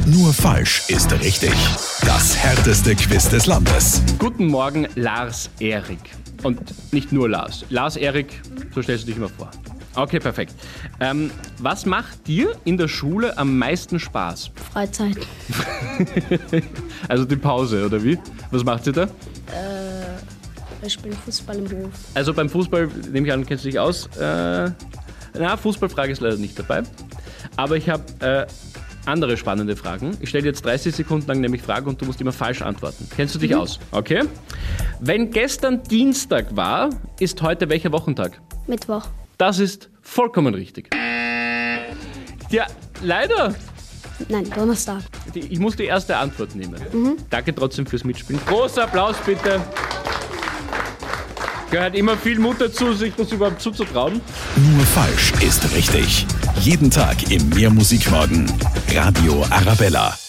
Nur falsch ist richtig. Das härteste Quiz des Landes. Guten Morgen, Lars-Erik. Und nicht nur Lars. Lars-Erik, so stellst du dich immer vor. Okay, perfekt. Was macht dir in der Schule am meisten Spaß? Freizeit. Also die Pause, oder wie? Was macht sie da? Ich spiele Fußball im Beruf. Also beim Fußball, nehme ich an, kennst du dich aus? Fußballfrage ist leider nicht dabei. Aber ich habe andere spannende Fragen. Ich stelle dir jetzt 30 Sekunden lang nämlich Fragen und du musst immer falsch antworten. Kennst du dich aus? Okay. Wenn gestern Dienstag war, ist heute welcher Wochentag? Mittwoch. Das ist vollkommen richtig. Ja, leider. Nein, Donnerstag. Ich muss die erste Antwort nehmen. Danke trotzdem fürs Mitspielen. Großer Applaus bitte. Gehört immer viel Mut dazu, sich das überhaupt zuzutrauen. Nur falsch ist richtig. Jeden Tag im Mehr Musikmorgen. Radio Arabella.